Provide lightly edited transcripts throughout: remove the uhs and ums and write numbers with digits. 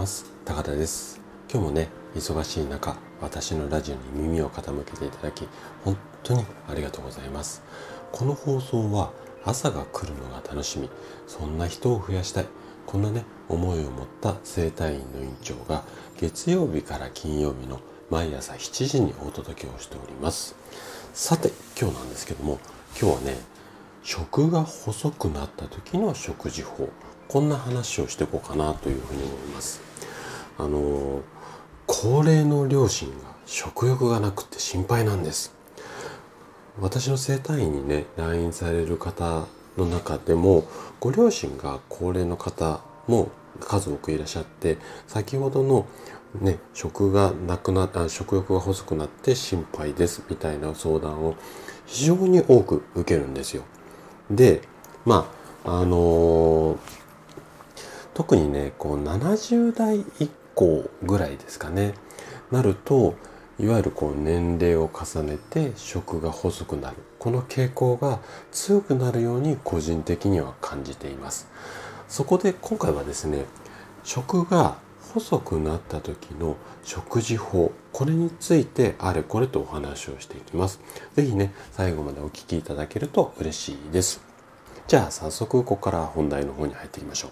ます。高田です。今日もね、忙しい中、私のラジオに耳を傾けていただき、本当にありがとうございます。この放送は朝が来るのが楽しみ、そんな人を増やしたい、こんなね、思いを持った整体院の院長が月曜日から金曜日の毎朝7時にお届けをしております。さて、今日なんですけども、今日はね、食が細くなった時の食事法、こんな話をしていこうかなというふうに思います。高齢の両親が食欲がなくて心配なんです。私の整体院にね、来院される方の中でも、ご両親が高齢の方も数多くいらっしゃって、先ほどのね、食欲が細くなって心配ですみたいな相談を非常に多く受けるんですよ。で、特にね、70代以降ぐらいですかね、なると、いわゆる年齢を重ねて食が細くなる。この傾向が強くなるように個人的には感じています。そこで今回はですね、食が細くなった時の食事法、これについてあれこれとお話をしていきます。ぜひね、最後までお聞きいただけると嬉しいです。じゃあ早速ここから本題の方に入っていきましょう。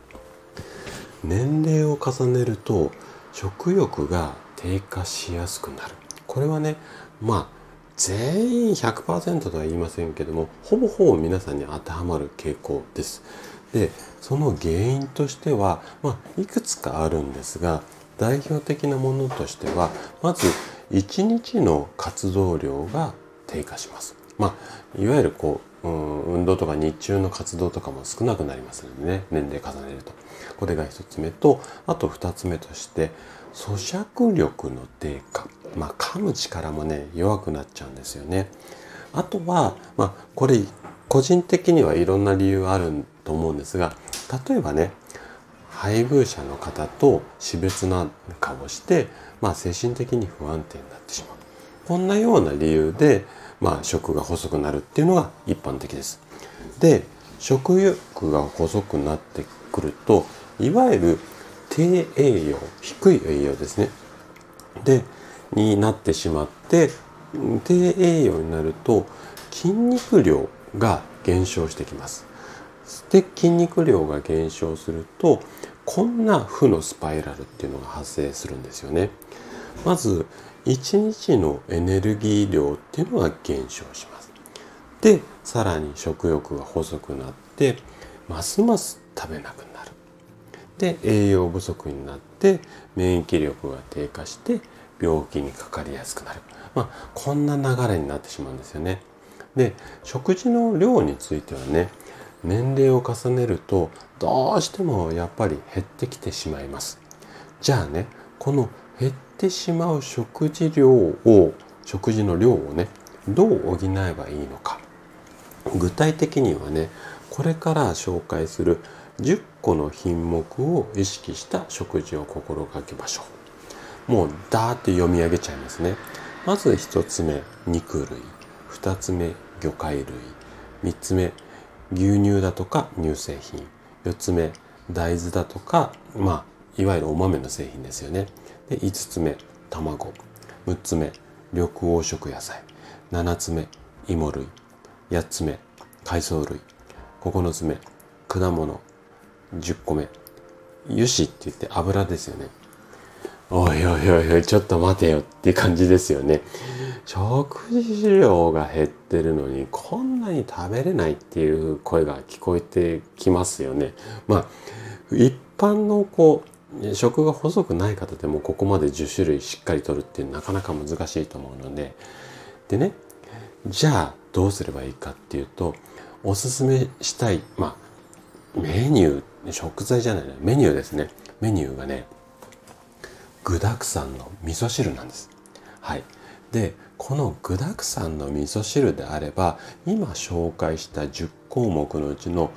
年齢を重ねると食欲が低下しやすくなる。これはね、全員 100% とは言いませんけども、ほぼ皆さんに当てはまる傾向です。で、その原因としては、いくつかあるんですが、代表的なものとしては、まず1日の活動量が低下します。いわゆる運動とか日中の活動とかも少なくなりますのでね、年齢重ねると。これが一つ目と、あと二つ目として、咀嚼力の低下。噛む力もね、弱くなっちゃうんですよね。あとは、これ、個人的にはいろんな理由あると思うんですが、例えばね、配偶者の方と死別なんかをして、精神的に不安定になってしまう。こんなような理由で、食が細くなるっていうのが一般的です。で、食欲が細くなってくると、いわゆる低栄養、低い栄養ですね。になってしまって、低栄養になると筋肉量が減少してきます。で、筋肉量が減少すると、こんな負のスパイラルっていうのが発生するんですよね。まず、1日のエネルギー量っていうのが減少します。で、さらに食欲が細くなって、ますます食べなくなる。で、栄養不足になって免疫力が低下して病気にかかりやすくなる。こんな流れになってしまうんですよね。で、食事の量についてはね、年齢を重ねるとどうしてもやっぱり減ってきてしまいます。じゃあね、この減ってしまう食事の量をね、どう補えばいいのか。具体的にはね、これから紹介する10個の品目を意識した食事を心がけましょう。もうダーって読み上げちゃいますね。まず1つ目、肉類。2つ目、魚介類。3つ目、牛乳だとか乳製品。4つ目、大豆だとか、いわゆるお豆の製品ですよね。で、5つ目、卵。6つ目、緑黄色野菜。7つ目、芋類。8つ目、海藻類。9つ目、果物。10個目、油脂って言って油ですよね。おいおいおいおい、ちょっと待てよっていう感じですよね。食事量が減ってるのにこんなに食べれないっていう声が聞こえてきますよね。一般の食が細くない方でもここまで10種類しっかりとるってなかなか難しいと思うので。でね、じゃあどうすればいいかっていうと、おすすめしたい、メニュー、食材じゃないね、メニューですね。メニューがね、具沢山の味噌汁なんです。はい。で、この具沢山の味噌汁であれば、今紹介した10項目のうちの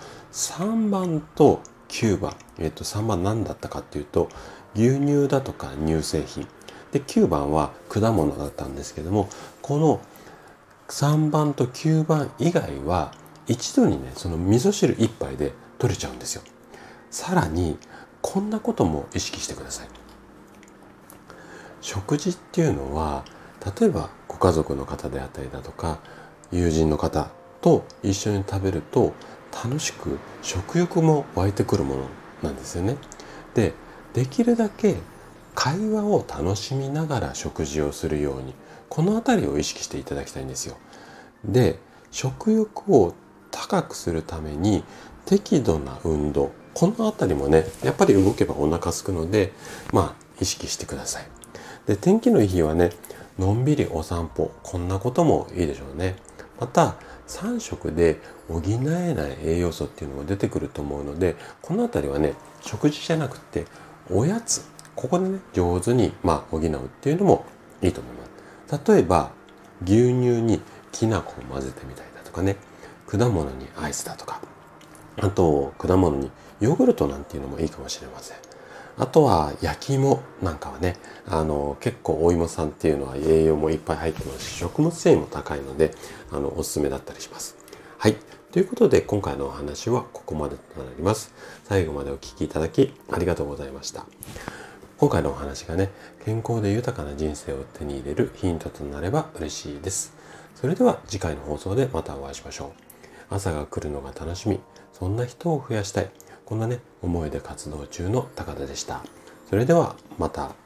3番と9番。3番何だったかっていうと、牛乳だとか乳製品。で、9番は果物だったんですけども、この3番と9番以外は、一度にね、その味噌汁1杯で取れちゃうんですよ。さらに、 こんなことも意識してください。食事っていうのは、例えばご家族の方であったりだとか友人の方と一緒に食べると楽しく食欲も湧いてくるものなんですよね。で、できるだけ会話を楽しみながら食事をするように、このあたりを意識していただきたいんですよ。で、食欲を高くするために適度な運動、このあたりもね、やっぱり動けばお腹空くので、意識してください。で、天気のいい日はね、のんびりお散歩、こんなこともいいでしょうね。また、3食で補えない栄養素っていうのも出てくると思うので、このあたりはね、食事じゃなくておやつ、ここでね、上手に補うっていうのもいいと思います。例えば、牛乳にきな粉を混ぜてみたりだとかね、果物にアイスだとか、あと果物にヨーグルトなんていうのもいいかもしれません。あとは焼き芋なんかはね、結構お芋さんっていうのは栄養もいっぱい入ってますし、食物繊維も高いので、おすすめだったりします。はい。ということで、今回のお話はここまでとなります。最後までお聞きいただきありがとうございました。今回のお話がね、健康で豊かな人生を手に入れるヒントとなれば嬉しいです。それでは次回の放送でまたお会いしましょう。朝が来るのが楽しみ、そんな人を増やしたい。こんなね、思いで活動中の高田でした。それではまた。